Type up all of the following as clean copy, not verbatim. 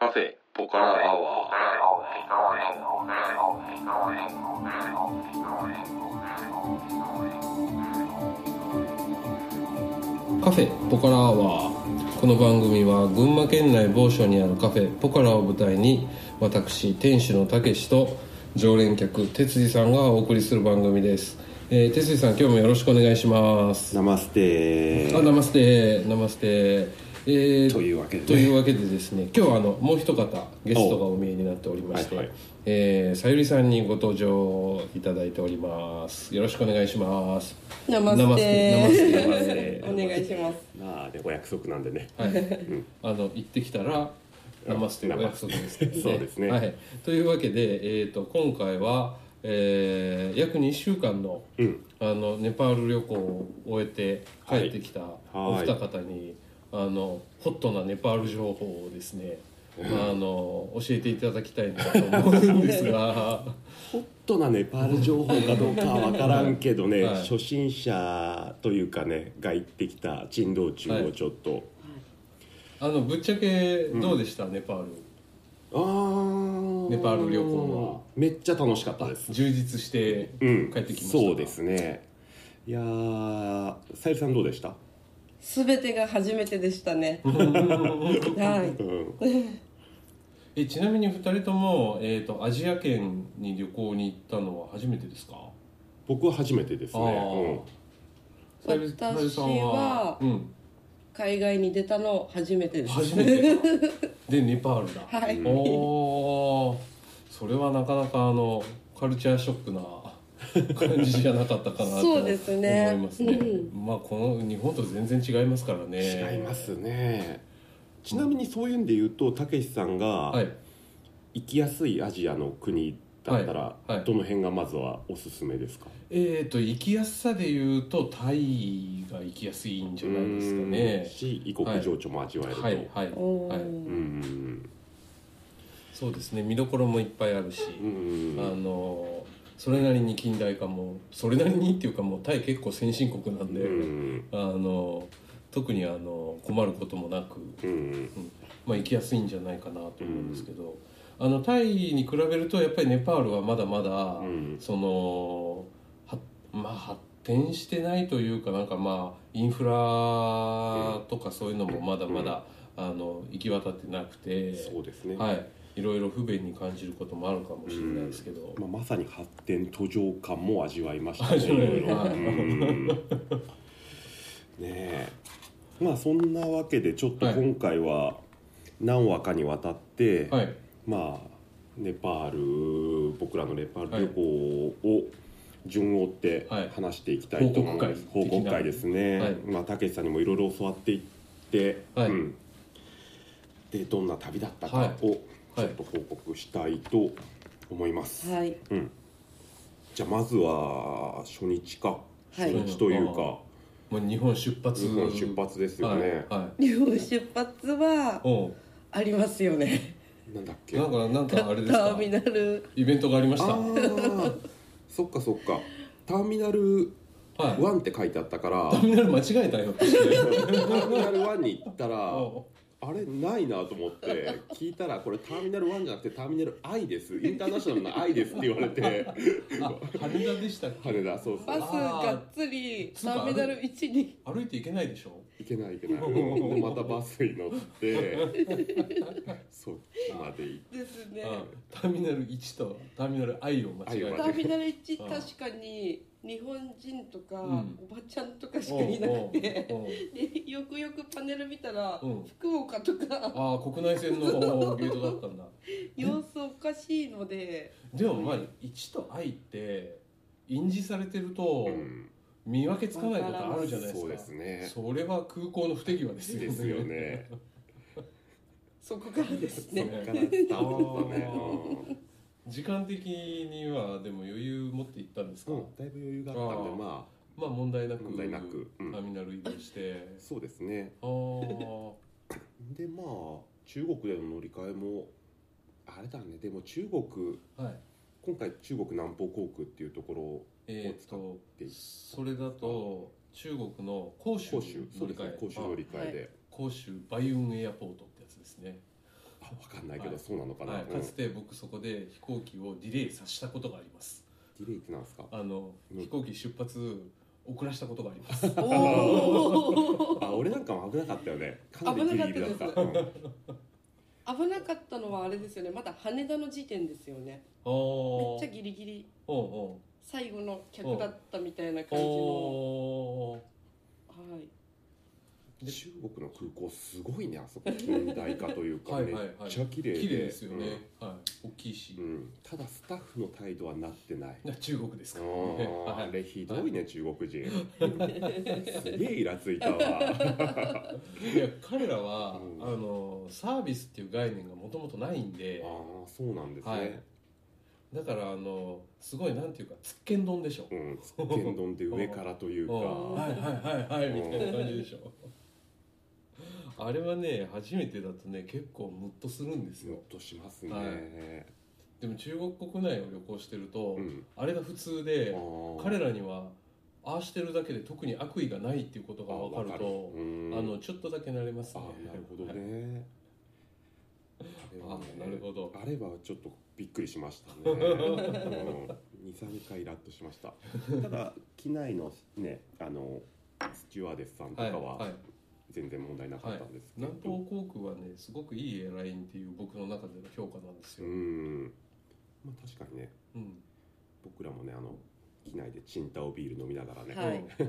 カフェポカラアワー。カフェポカラアワー。この番組は群馬県内某所にあるカフェポカラを舞台に、私店主のたけしと常連客哲司さんがお送りする番組です。哲司さん、今日もよろしくお願いします。 ナマステ。 ナマステナマステ。 というわけでですね、今日はもう一方ゲストがお見えになっておりまして、さゆりさんにご登場いただいております。よろしくお願いします。 ナマステ。 お願いします。 まあね、お約束なんでね、 はい、行ってきたらナマステお約束ですね。 そうですね、 はい、というわけで、今回は、約2週間の、ネパール旅行を終えて帰ってきたお二方に、ホットなネパール情報をですね、教えていただきたいなと思うんですがホットなネパール情報かどうかは分からんけどね、初心者というかねが行ってきた珍道中をちょっと、 ぶっちゃけどうでした、ネパール。ネパール旅行はめっちゃ楽しかったです。 充実して帰ってきました、 そうですね。いやー、さゆりさんどうでした？ 全てが初めてでしたね。はい。 ちなみに2人とも、アジア圏に旅行に行ったのは初めてですか？ 僕は初めてですね。 私は海外に出たの初めてです。 初めてでネパールだ。 はい。 それはなかなかカルチャーショックな感じじゃなかったかなと思いますね。まあこの日本と全然違いますからね。 違いますね。ちなみにそういうんで言うと、たけしさんが行きやすいアジアの国だったら、どの辺がまずはおすすめですか？ 行きやすさで言うとタイが行きやすいんじゃないですかね。 異国情緒も味わえると。 そうですね、見どころもいっぱいあるし、それなりに近代化もそれなりにっていうか、もうタイ結構先進国なんで、特に困ることもなく、行きやすいんじゃないかなと思うんですけど、タイに比べるとやっぱりネパールはまだまだ、発展してないというか、インフラとかそういうのもまだまだ、行き渡ってなくて、 そうですね、 いろいろ不便に感じることもあるかもしれないですけど、 まさに発展途上感も味わいましたね。ねえ、そんなわけでちょっと今回は何話かにわたって、ネパール、僕らのネパール旅行を順を追って話していきたいと思います。報告会ですね。たけしさんにもいろいろ教わっていって、でどんな旅だったかをちょっと報告したいと思います。じゃあまずは初日というか、 もう日本出発ですよね。 日本出発はありますよね。 なんだっけ、 なんかあれですか、 ターミナルイベントがありました。 そっかターミナル1って書いてあったから、 ターミナル間違えたよってターミナル1に行ったらあれないなと思って聞いたら、これターミナル1じゃなくてターミナル I です、インターナショナルの I ですって言われて羽田でしたっけ？ 羽田、そうバスがっつりターミナル1に歩いていけないでしょ？ 行けないでまたバスに乗ってそっちまで行ってですね。 ターミナル1とターミナル I を間違えた。 ターミナル1確かに日本人とかおばちゃんとかしかいなくて、でよくよくパネル見たら福岡とか国内線のゲートだったんだ。 様子おかしいので、 でも1と I って印字されてると見分けつかないことあるじゃないですか。 そうですね。 それは空港の不手際ですよね。 そこからですね。 そこからスタートだね。 時間的にはでも余裕持って行ったんですか？ だいぶ余裕があったんで、 問題なくターミナル移動して。 そうですね。で中国での乗り換えもあれだね。でも中国、今回中国南方航空っていうところを使ってそれだと中国の広州乗り換え、 広州乗り換えで、 広州バイユンエアポートってやつですね。 分かんないけど、そうなのかな、 かつて僕そこで飛行機をディレイさせたことがあります。 ディレイってなんですか？ 飛行機出発遅らしたことがあります。 俺なんかも危なかったよね。かなりギリギリだった。 危なかったのはあれですよね。まだ羽田の時点ですよね。めっちゃギリギリ最後の客だったみたいな感じの。はい。 中国の空港すごいね、あそこ近代化というかめっちゃ綺麗で、 綺麗ですよね、大きいし、 ただスタッフの態度はなってない。 中国ですからね。あれひどいね、中国人。すげえイラついたわ。 いや彼らはサービスっていう概念がもともとないんで。 そうなんですね。 だからすごいなんていうかつっけん丼でしょ。 つっけん丼で上からというか、 はいはいはいはいみたいな感じでしょ。あれはね初めてだとね結構ムッとするんですよ。 ムッとしますね。 でも中国国内を旅行してると、あれが普通で彼らにはああしてるだけで特に悪意がないっていうことが分かるとちょっとだけ慣れますね。 なるほどね。 なるほど。 あれはちょっとびっくりしましたね。2、3回イラッとしました。ただ機内のねスチュワーデスさんとかは全然問題なかったんですけど、 南東航空はねすごくいいエアラインっていう僕の中での評価なんですよ。 まあ確かにね、僕らもね機内でチンタオビール飲みながらね、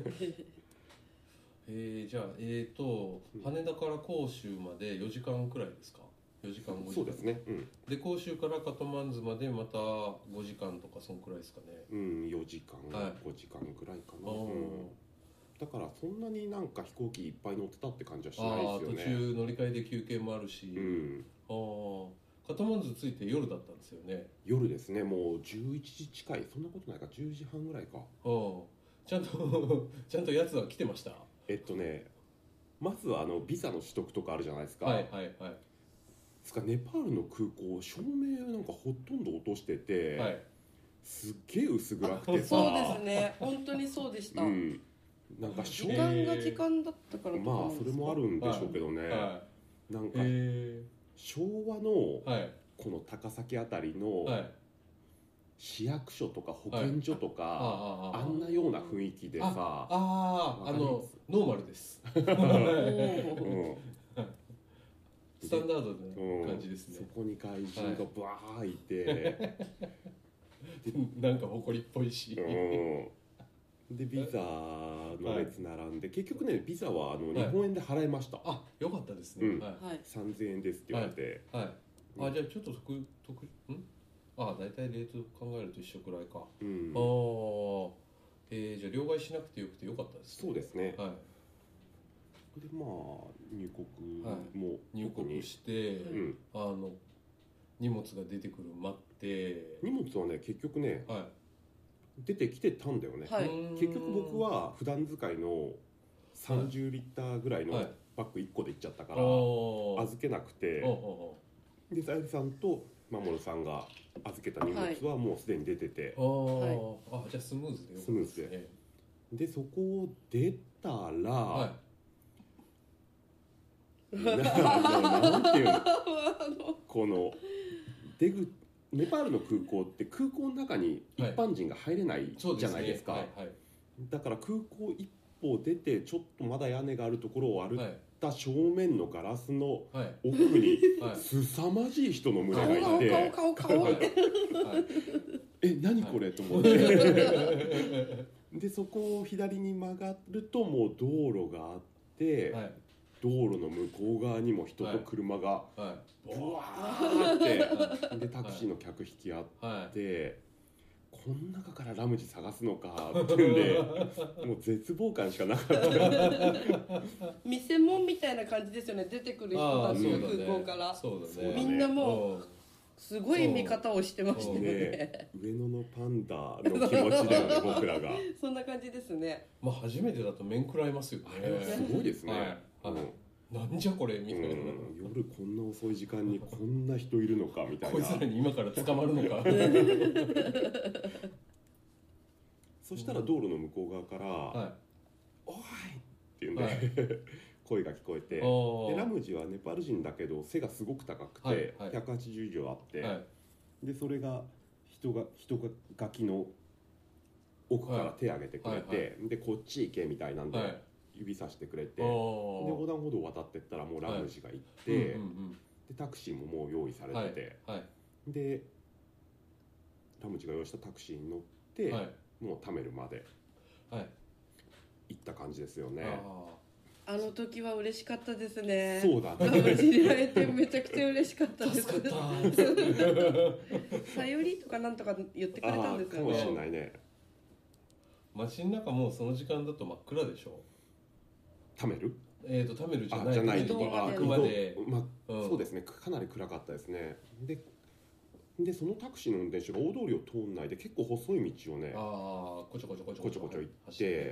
じゃあ羽田から広州まで4時間くらいですか？4時間5時間。 そうですね、 で広州からカトマンズまでまた5時間とかそんくらいですかね。 4時間、5時間くらいかな。だからそんなになんか飛行機いっぱい乗ってたって感じはしないですよね。 途中乗り換えで休憩もあるし、カトマンズ着いて夜だったんですよね。 夜ですね。もう11時近い、そんなことないか、10時半ぐらいか。 ちゃんとやつは来てました？ まずはビザの取得とかあるじゃないですか。ネパールの空港照明なんかほとんど落としてて、すっげえ薄暗くてさ。 そうですね、本当にそうでした。 なんか時間が時間だったからとか。 まあそれもあるんでしょうけどね、なんか昭和のこの高崎あたりの市役所とか保健所とかあんなような雰囲気でさ、 ノーマルですスタンダードな感じですね。 そこに怪人がバーいてなんか埃っぽいしでビザの列並んで、結局ねビザは日本円で払いました。 よかったですね。 3000円ですって言われて、 じゃあちょっと大体レート考えると一緒くらいか。じゃあ両替しなくてよくてよかったですね。 そうですね。でまあ入国も入国して荷物が出てくる待って。荷物はね結局ね出てきてたんだよね。結局僕は普段使いの30リッターぐらいのバッグ1個で行っちゃったから預けなくて、でさゆりさんと守さんが預けた荷物はもうすでに出てて、 じゃあスムーズでよかったですね。 でそこを出たら、なんていうのこのネパールの空港って空港の中に一般人が入れないじゃないですか。だから空港一歩出てちょっとまだ屋根があるところを歩った正面のガラスの奥に凄まじい人の群れがいて、何これと思ってでそこを左に曲がるともう道路があって、道路の向こう側にも人と車がブワーってでタクシーの客引き合って、この中からラムジ探すのかっていうんでもう絶望感しかなかった見せ物みたいな感じですよね。出てくる人たちの空港からみんなもうすごい見方をしてましたよね。 上野のパンダの気持ちだよね僕らが。 そんな感じですね。 初めてだと面食らいますよね。 すごいですね。 なんじゃこれみたいな、 夜こんな遅い時間にこんな人いるのかみたいな、 こいつらに今から捕まるのかそしたら道路の向こう側から「おい!」って言うんで声が聞こえて、でラムジはネパール人だけど背がすごく高くて、180以上あって、でそれが人がガキの奥から手を挙げてくれて、でこっち行けみたいなんで指さしてくれて、で横断歩道を渡ってったらもうラムジが行って、でタクシーももう用意されてて、でラムジが用意したタクシーに乗って、もうタメルまで行った感じですよね。 あの時は嬉しかったですね。 そうだね。 知り合えてめちゃくちゃ嬉しかったです。さよりとかなんとか言ってくれたんですよね。 かもしれないね。 街の中もうその時間だと真っ暗でしょ。 タメル？ タメルじゃないけど、あくまで、 そうですね。かなり暗かったですね。でそのタクシーの運転手が大通りを通んないで結構細い道をね、 こちょこちょ行って、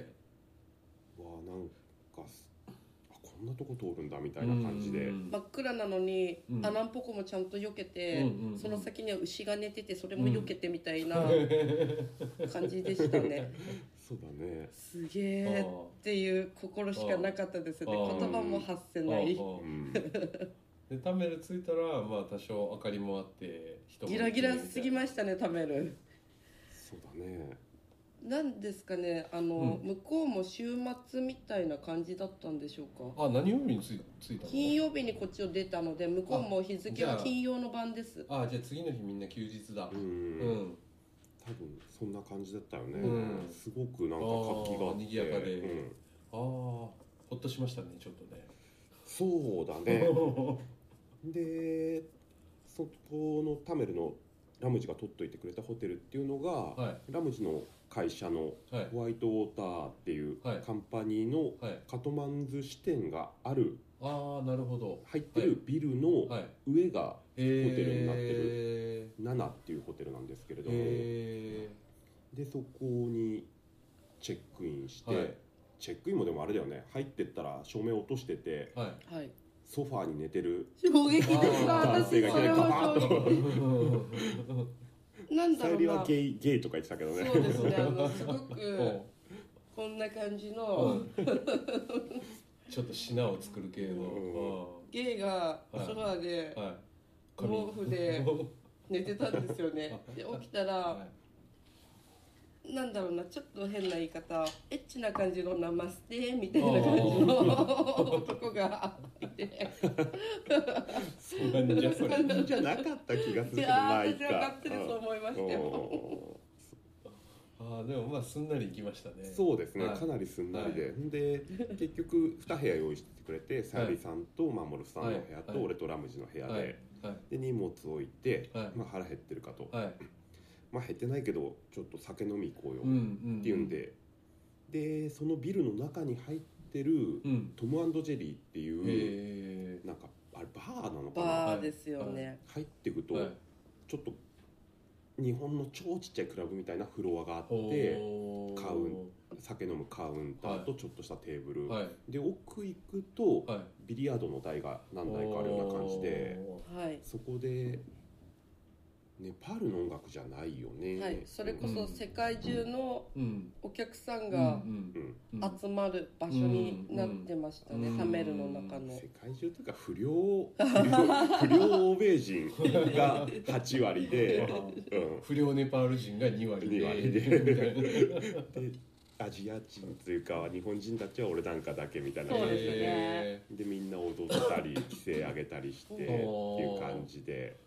わあなんかこんなとこ通るんだみたいな感じで、 真っ暗なのに、あなんぽこもちゃんと避けて、その先には牛が寝ててそれも避けてみたいな感じでしたね。 そうだね。 すげえっていう心しかなかったですね。言葉も発せない。 でタメル着いたらまあ多少明かりもあって人もギラギラすぎましたねタメル。 そうだね。 なんですかね向こうも週末みたいな感じだったんでしょうか。 何曜日に着いたの？ 金曜日にこっちを出たので向こうも日付は金曜の晩です。 じゃあ次の日みんな休日だ。 多分そんな感じだったよね。すごくなんか活気があって賑やかで、ほっとしましたねちょっとね。 そうだね。でそこのタメルのラムジが取っといてくれたホテルっていうのが、ラムジの会社のホワイトウォーターっていうカンパニーのカトマンズ支店がある、 なるほど、 入ってるビルの上がホテルになってるナナっていうホテルなんですけれども、でそこにチェックインして、チェックインもでもあれだよね、入ってったら照明落としてて、ソファーに寝てる衝撃的な男性がいきなりカバーッとなんだろうな、 さゆりはゲイとか言ってたけどね。 そうですね、すごくこんな感じのちょっと品を作る系のゲイがソファーで毛布で寝てたんですよね。で起きたらなんだろうな、ちょっと変な言い方、エッチな感じのナマステみたいな感じの男がいてそれじゃなかった気がするけど、まあいいか。 私は勝手にそう思いましたよ。 でもまあすんなり行きましたね。 そうですね、かなりすんなりで、で結局2部屋用意してくれて、さゆりさんと守さんの部屋と俺とラムジの部屋で、で荷物置いて、腹減ってるかと、まあ減ってないけどちょっと酒飲み行こうよっていうんで、でそのビルの中に入ってるトム&ジェリーっていう、なんかあれバーなのかな、 バーですよね。 入っていくとちょっと日本の超ちっちゃいクラブみたいなフロアがあって、酒飲むカウンターとちょっとしたテーブル、で奥行くとビリヤードの台が何台かあるような感じで、そこでネパールの音楽じゃないよね、 それこそ世界中のお客さんが集まる場所になってましたね、タメルの中の。 世界中というか不良欧米人が8割で、 不良ネパール人が2割でアジア人というか日本人たちは俺なんかだけみたいな感じで、みんな踊ったり規制上げたりしてっていう感じで。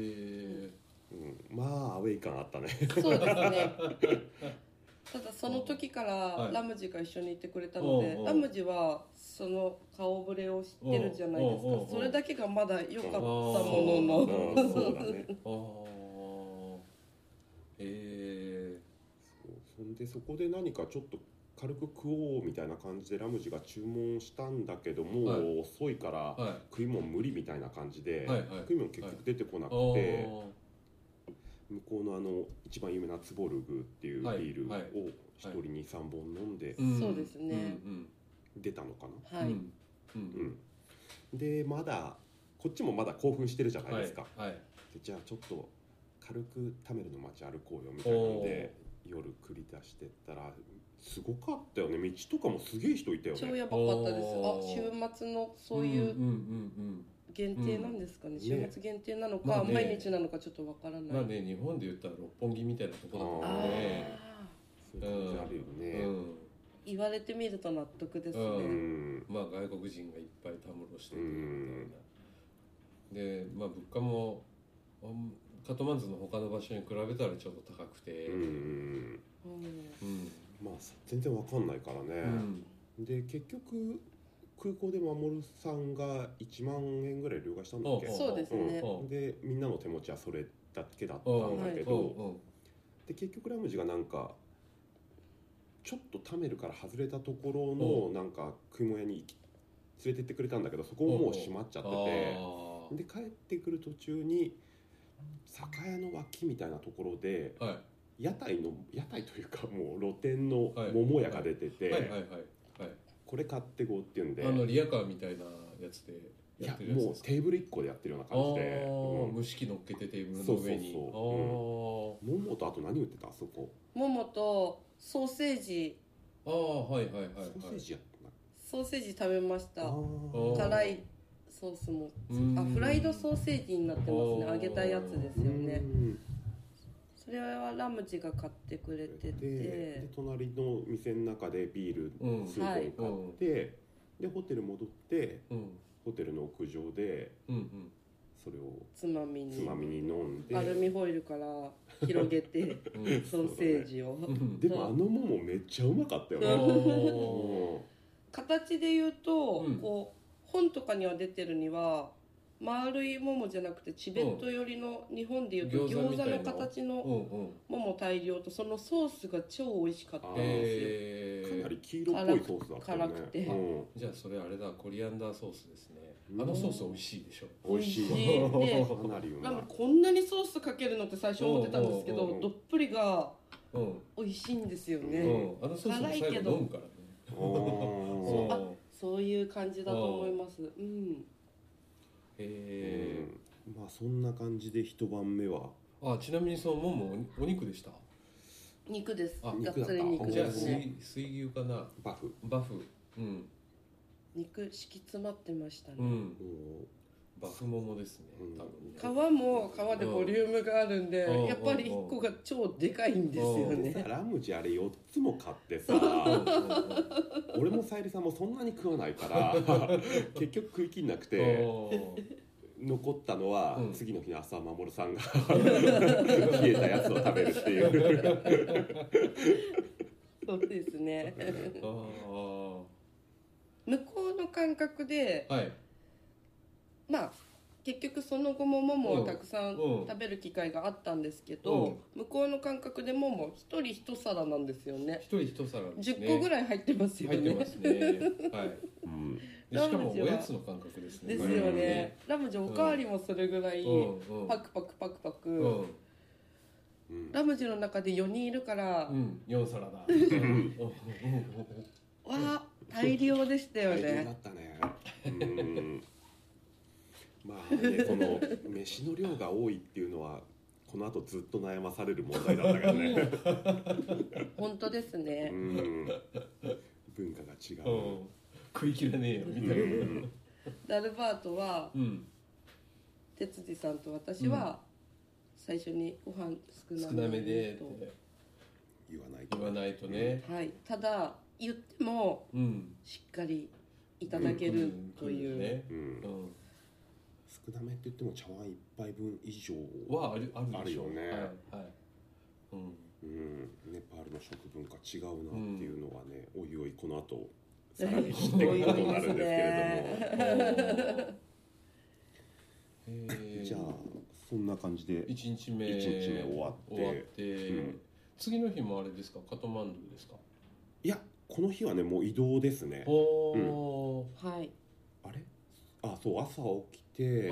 まあアウェイ感あったね。 そうですね。ただその時からラムジが一緒にいてくれたので、ラムジはその顔ぶれを知ってるじゃないですか。それだけがまだ良かったものの。 そうだね。そんでそこで何かちょっと軽く食おうみたいな感じでラムジが注文したんだけども、遅いから食い物無理みたいな感じで、食い物結局出てこなくて、向こうの一番有名なツボルグっていうビールを一人に3本飲んで、 そうですね、 出たのかな。でまだこっちもまだ興奮してるじゃないですか。でじゃあちょっと軽くタメルの街歩こうよみたいなので夜繰り出してったらすごかったよね。道とかもすげえ人いたよね。 超やばかったです。週末のそういう限定なんですかね、週末限定なのか、毎日なのかちょっとわからない。 まあね、日本で言ったら六本木みたいなところだったので、 そういう感じあるよね。 言われてみると納得ですね。 まあ外国人がいっぱいたむろしててみたいな。で、まあ物価もカトマンズの他の場所に比べたらちょっと高くて、 まあ全然わかんないからね。で結局空港で守さんが1万円ぐらい両替したんだっけ。 そうですね。 でみんなの手持ちはそれだけだったんだけど、で結局ラムジがなんかちょっとタメルから外れたところのなんか食い物屋に連れてってくれたんだけど、そこももう閉まっちゃってて、で帰ってくる途中に酒屋の脇みたいなところで、屋台というかもう露店の桃屋が出てて、これ買ってこうっていうんで、 リアカーみたいなやつでやってるやつですか。 もうテーブル1個でやってるような感じで、 蒸し器乗っけてテーブルの上に。 桃とあと何売ってた？あそこ桃とソーセージ。 ソーセージやったな。 ソーセージ食べました。辛いソースもフライドソーセージになってますね。揚げたやつですよね。それはラムジが買ってくれてて、 で隣の店の中でビール数本買って、でホテル戻って、ホテルの屋上で、それをつまみに飲んでアルミホイルから広げてソーセージを、 でも桃めっちゃうまかったよね。 形で言うと、こう本とかには出てるには丸い桃じゃなくてチベット寄りの、日本でいうと餃子の形の桃大量と、そのソースが超美味しかったんですよ。 かなり黄色っぽいソースだったよね。 辛くて、 じゃあそれあれだ、コリアンダーソースですね。ソース美味しいでしょ。 美味しいでかなりうまい。 こんなにソースかけるのって最初思ってたんですけど、どっぷりが美味しいんですよね。 ソースも最後飲むからね。 そういう感じだと思います。 まあそんな感じで一晩目は。 ちなみにその桃お肉でした？ 肉です。 肉だった。 じゃあ水牛かな。 バフ。 肉敷き詰まってましたね。 バフ桃ですね。 皮も皮でボリュームがあるんで、やっぱり1個が超でかいんですよね。 ラムジあれ4つも買ってさ、俺もさゆりさんもそんなに食わないから結局食い切んなくて、残ったのは次の日の朝守さんが冷えたやつを食べるっていうそうですね。向こうの感覚で、まあ結局その後も桃をたくさん食べる機会があったんですけど、向こうの感覚で桃一人一皿なんですよね。 一人一皿ですね。 10個ぐらい入ってますよね。 入ってますね。しかもおやつの感覚ですね。 ですよね。ラムジおかわりもそれぐらいパクパクパクパク。ラムジの中で4人いるから 4皿だ。 わ大量でしたよね。 大量だったね。まあね、この飯の量が多いっていうのはこの後ずっと悩まされる問題だったからね。 本当ですね。 文化が違う。 食い切らねえよみたいな。 ダルバートは哲司さんと私は最初にご飯少なめでと言わないとね。 ただ言ってもしっかりいただけるという。 少なめって言っても茶碗1杯分以上はあるよね。ネパールの食文化違うなっていうのはね、おいおいこの後さらに知っていくことになるんですけれども。じゃあそんな感じで 1日目終わって次の日もあれですか、カトマンドですか？ いや、この日はねもう移動ですね。 はい。 あれ？そう朝起きて、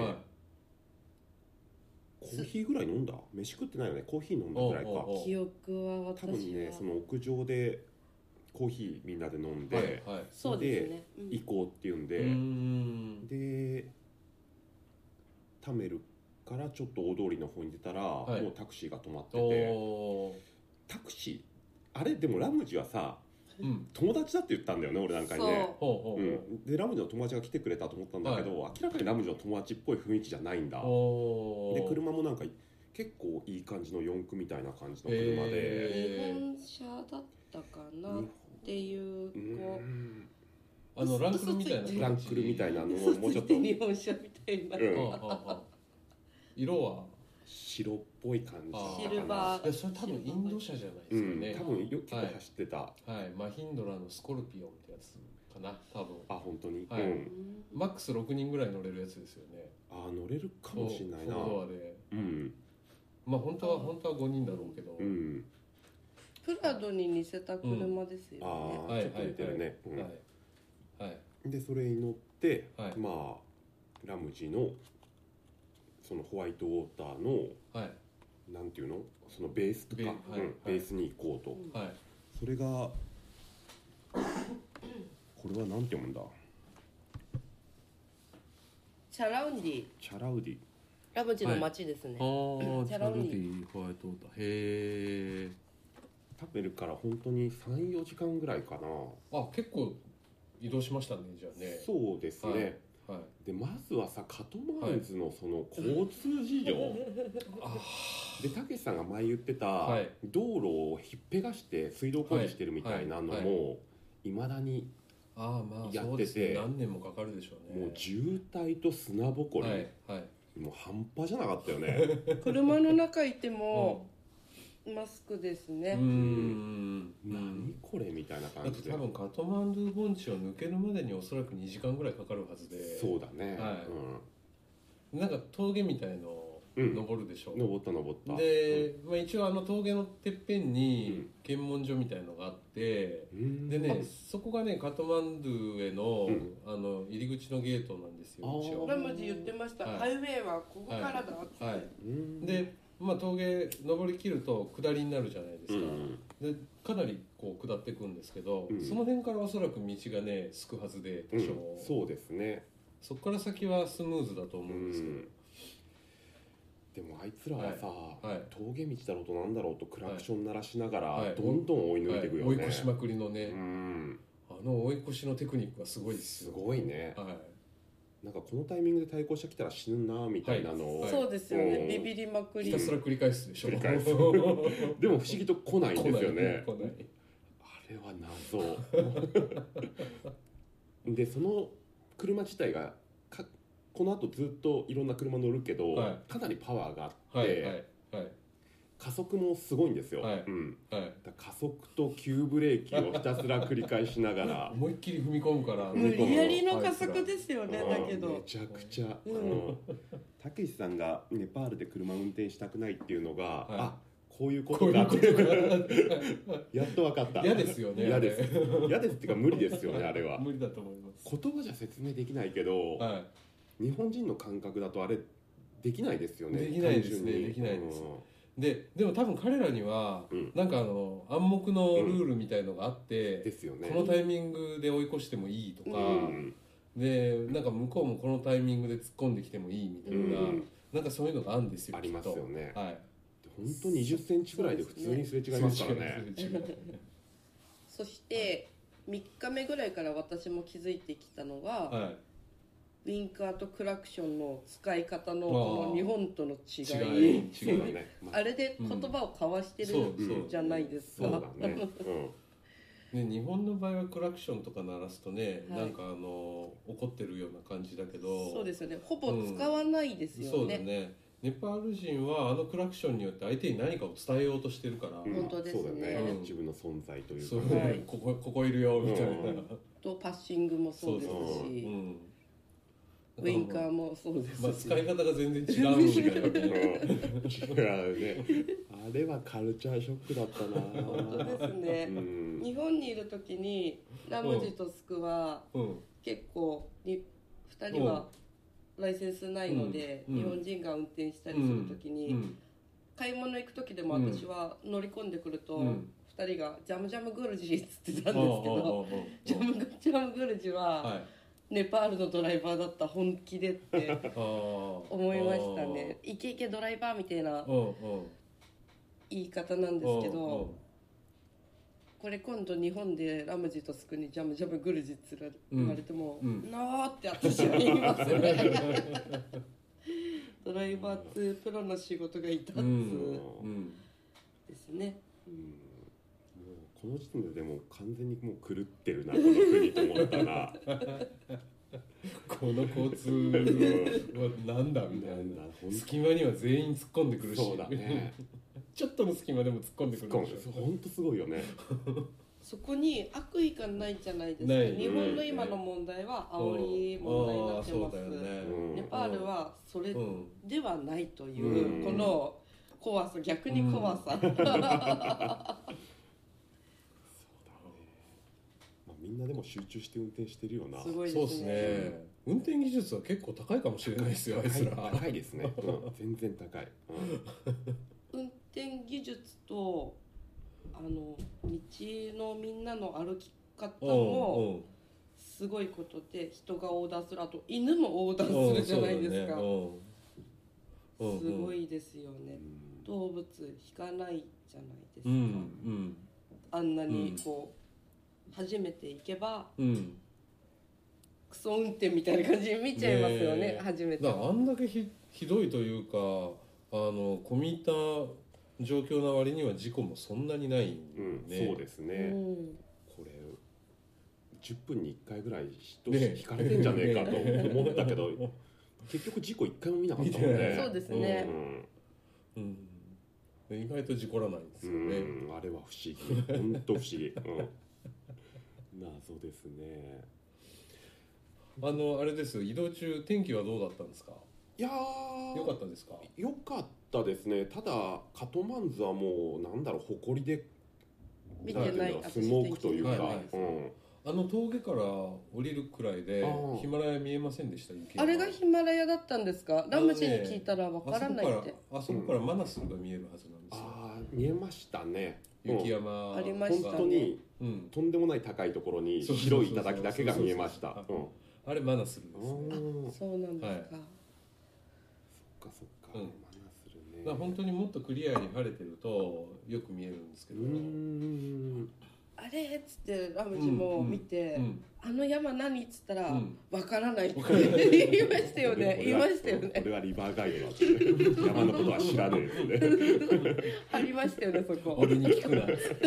コーヒーぐらい飲んだ？飯食ってないよね。コーヒー飲んだぐらいか。 記憶は私は多分ね、その屋上でコーヒーみんなで飲んで、 そうですね、 行こうっていうんで、タメルからちょっと大通りの方に出たら、もうタクシーが止まってて、タクシーあれでもラムジはさ、 友達だって言ったんだよね俺なんかにね。でラムジの友達が来てくれたと思ったんだけど、明らかにラムジの友達っぽい雰囲気じゃないんだ。で車もなんか結構いい感じの四駆みたいな感じの車で、 日本車だったかなっていうランクルみたいなランクルみたいなのをもうちょっと日本車みたいな、 色は白っぽい感じ。 シルバー。 それ多分インド車じゃないですかね。 多分結構走ってた。 マヒンドラのスコルピオンってやつかな多分。 本当に。 マックス6人ぐらい乗れるやつですよね。 乗れるかもしれないな。 フォードアで。まあ本当は5人だろうけど。 プラドに似せた車ですよね。 ちょっと似てるね。でそれに乗ってまあラムジのそのホワイトウォーターの、なんていうのそのベースとかベースに行こうと、それがこれはなんて読むんだ。 チャラウンディ。 チャラウディ。 ラムジの町ですね。 チャラウディホワイトウォーター。へえ。 タペルから本当に3、4時間ぐらいかな。 結構移動しましたねじゃあね。 そうですね。でまずはさカトマンズのその交通事情、でたけしさんが前言ってた、道路をひっぺがして水道工事してるみたいなのもいまだにやってて、 何年もかかるでしょうね。 もう渋滞と砂ぼこり、もう半端じゃなかったよね。 車の中いてもマスクですね。 何これみたいな感じで。 多分カトマンドゥ盆地を抜けるまでにおそらく2時間ぐらいかかるはずで。 そうだね。 なんか峠みたいのを登るでしょ。 登ったで、一応峠のてっぺんに検問所みたいのがあって、でねそこがねカトマンドゥへの入り口のゲートなんですよ。一応ラムジ言ってました。ハイウェイはここからだって。 で峠登りきると下りになるじゃないですか。でかなりこう下っていくんですけど、その辺からおそらく道がねすくはずで多少、 そうですね。 そこから先はスムーズだと思うんですけど、でもあいつらはさ、峠道だろうとなんだろうとクラクション鳴らしながらどんどん追い抜いていくよね。 追い越しまくりのね、追い越しのテクニックがすごいですよ。 すごいね。なんかこのタイミングで対抗してきたら死ぬなみたいなのを、 そうですよね。ビビりまくりひたすら繰り返すでしょ。 でも不思議と来ないんですよね。あれは謎。でその車自体がこの後ずっといろんな車乗るけど、かなりパワーがあって、加速もすごいんですよ。加速と急ブレーキをひたすら繰り返しながら思いっきり踏み込むから無理やりの加速ですよね。だけどめちゃくちゃたけしさんがネパールで車運転したくないっていうのが、こういうことかってやっと分かった。 嫌ですよね。 嫌ですっていうか無理ですよね。あれは無理だと思います。 言葉じゃ説明できないけど、日本人の感覚だとあれできないですよね。 できないですね。できないです。でも多分彼らには、なんか暗黙のルールみたいのがあって、 ですよね、 このタイミングで追い越してもいいとか、でなんか向こうもこのタイミングで突っ込んできてもいいみたいな、なんかそういうのがあるんですよ。 ありますよね。本当20センチぐらいで普通にすれ違いますからね。 そして3日目ぐらいから私も気づいてきたのが、ウィンカーとクラクションの使い方のこの日本との違い、あれで言葉を交わしてるじゃないですか。 日本の場合はクラクションとか鳴らすとね、なんか怒ってるような感じだけど、 そうですよね。ほぼ使わないですよね。 そうだね。ネパール人はクラクションによって相手に何かを伝えようとしてるから、 本当ですね。 自分の存在というか、ここいるよみたいな。 とパッシングもそうですし。ウィンカーもそうですし、 使い方が全然違うんだよね。 違うね。あれはカルチャーショックだったな。 本当ですね。日本にいる時にラムジとスクは結構2人はライセンスないので、日本人が運転したりする時に、買い物行く時でも私は乗り込んでくると、2人がジャムジャムグルジって言ってたんですけど、ジャムグルジはネパールのドライバーだった本気でって思いましたね。イケイケドライバーみたいな言い方なんですけど、ここれ今度日本でラムジとスクにジャムジャムグルジって言われても、なーって私は言いますよねドライバー2プロの仕事がいたっつですね。 もうこの時点ででも完全にもう狂ってるなこの国と思ったなこの交通はなんだみたいな隙間には全員突っ込んでくるし、 そうだねちょっとの隙間でも突っ込んでくるでしょ。 本当すごいよねそこに悪意がないじゃないですか。日本の今の問題は煽り問題になってます、ネパールはそれではないという、この怖さ、逆に怖さ、そうだね、 みんなでも集中して運転してるよな。 すごいですね。 運転技術は結構高いかもしれないですよ、あいつら。 高いですね、全然高い、 運転技術と道のみんなの歩き方もすごいことで、人が横断する、あと犬も横断するじゃないですか、すごいですよね。動物引かないじゃないですか、あんなにこう初めて行けば、クソ運転みたいな感じに見ちゃいますよね、初めて。 だからあんだけ ひどいというか込み入った状況な割には事故もそんなにないんで、 そうですね、これ10分に1回ぐらい人引かれてんじゃねえかと思ったけど、結局事故1回も見なかったもんね。 そうですね、 意外と事故らないんですよね、 あれは不思議、本当不思議、謎ですね。 あれですよ、移動中天気はどうだったんですか？ いやー、 良かったですか？ 良かったですね。ただカトマンズはもうなんだろう、埃で見てない、 スモークというか、 峠から降りるくらいでヒマラヤ見えませんでした？雪あれがヒマラヤだったんですか？ラムジに聞いたらわからないって。 あそこからマナスが見えるはずなんですよ。 見えましたね。 雪山ありましたね。 本当にとんでもない高いところに白い頂だけが見えました。 あれマナスルですね。そうなんですか。 そっか、マナスルね。 だから本当にもっとクリアに晴れてるとよく見えるんですけど、 あれっつってラムジも見て、あの山何っつったらわからないって言いましたよね。言いましたよね。 これはリバーガイドだって山のことは知らねえってありましたよね、そこ。 俺に聞くな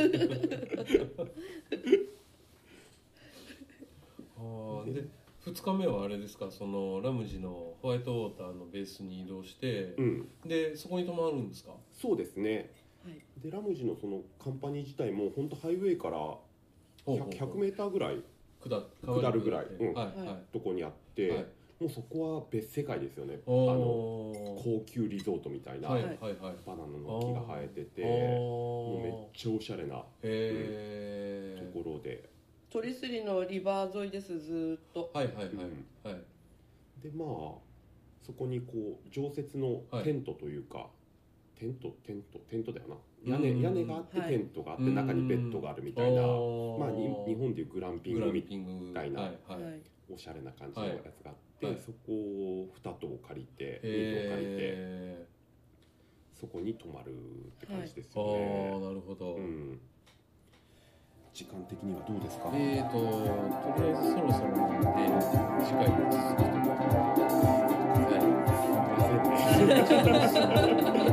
で2日目はあれですか、そのラムジのホワイトウォーターのベースに移動して、でそこに泊まるんですか？ そうですね、でラムジのそのカンパニー自体も本当ハイウェイから100メーターぐらい下るぐらいとこにあって、もうそこは別世界ですよね。高級リゾートみたいなバナナの木が生えてて、もうめっちゃおしゃれなところで、 鳥尻のリバー沿いです、ずっと。 でまあそこにこう常設のテントというか、テントだよな、屋根があってテントがあって中にベッドがあるみたいな、まあ日本でいうグランピングみたいなおしゃれな感じのやつがあって、そこを2棟借りて2棟借りてそこに泊まるって感じですよね。 なるほど。 時間的にはどうですか？ とりあえずそろそろなんで次回に続くと思って、すいませんね